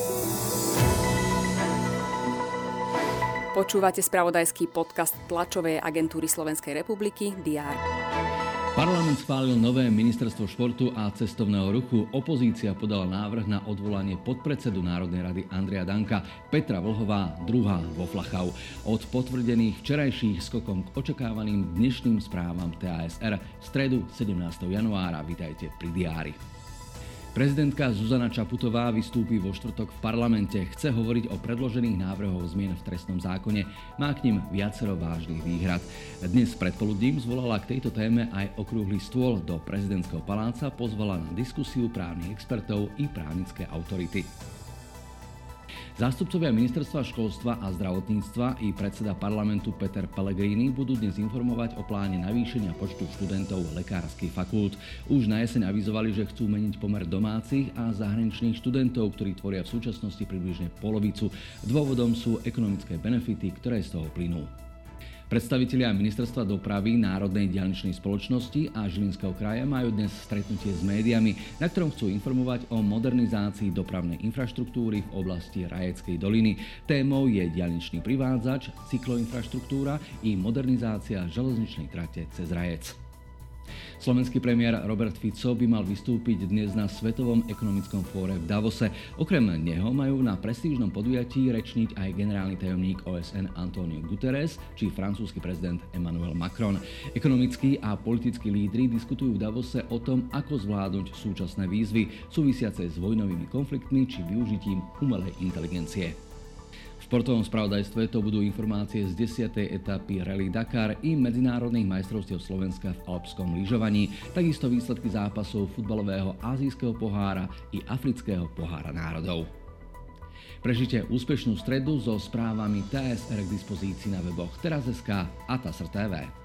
Počúvate spravodajský podcast tlačovej agentúry Slovenskej republiky DR. Parlament schválil nové ministerstvo športu a cestovného ruchu. Opozícia podala návrh na odvolanie podpredsedu Národnej rady Andreja Danka. Petra Vlhová druhá vo Flachau. Od potvrdených včerajších skokom k očakávaným dnešným správam TASR v stredu 17. januára. Vitajte pri diári. Prezidentka Zuzana Čaputová vystúpi vo štvrtok v parlamente. Chce hovoriť o predložených návrhoch zmien v trestnom zákone. Má k nim viacero vážnych výhrad. Dnes predpoludním zvolala k tejto téme aj okrúhly stôl. Do prezidentského paláca pozvala na diskusiu právnych expertov i právnické autority. Zástupcovia ministerstva školstva a zdravotníctva i predseda parlamentu Peter Pellegrini budú dnes informovať o pláne navýšenia počtu študentov lekárskych fakult. Už na jeseň avizovali, že chcú meniť pomer domácich a zahraničných študentov, ktorí tvoria v súčasnosti približne polovicu. Dôvodom sú ekonomické benefity, ktoré z toho plynú. Predstavitelia Ministerstva dopravy, Národnej diaľničnej spoločnosti a Žilinského kraja majú dnes stretnutie s médiami, na ktorom chcú informovať o modernizácii dopravnej infraštruktúry v oblasti Rajeckej doliny. Témou je diaľničný privádzač, cykloinfraštruktúra i modernizácia železničnej trate cez Rajec. Slovenský premiér Robert Fico by mal vystúpiť dnes na Svetovom ekonomickom fóre v Davose. Okrem neho majú na prestížnom podujatí rečniť aj generálny tajomník OSN Antonio Guterres či francúzsky prezident Emmanuel Macron. Ekonomickí a politickí lídri diskutujú v Davose o tom, ako zvládnuť súčasné výzvy súvisiace s vojnovými konfliktmi či využitím umelej inteligencie. V športovom spravodajstve to budú informácie z 10. etapy Rally Dakar i medzinárodných majstrovstiev Slovenska v alpskom lyžovaní, takisto výsledky zápasov futbalového azijského pohára i afrického pohára národov. Prežite úspešnú stredu so správami TASR k dispozícii na weboch Teraz.sk a TASR TV.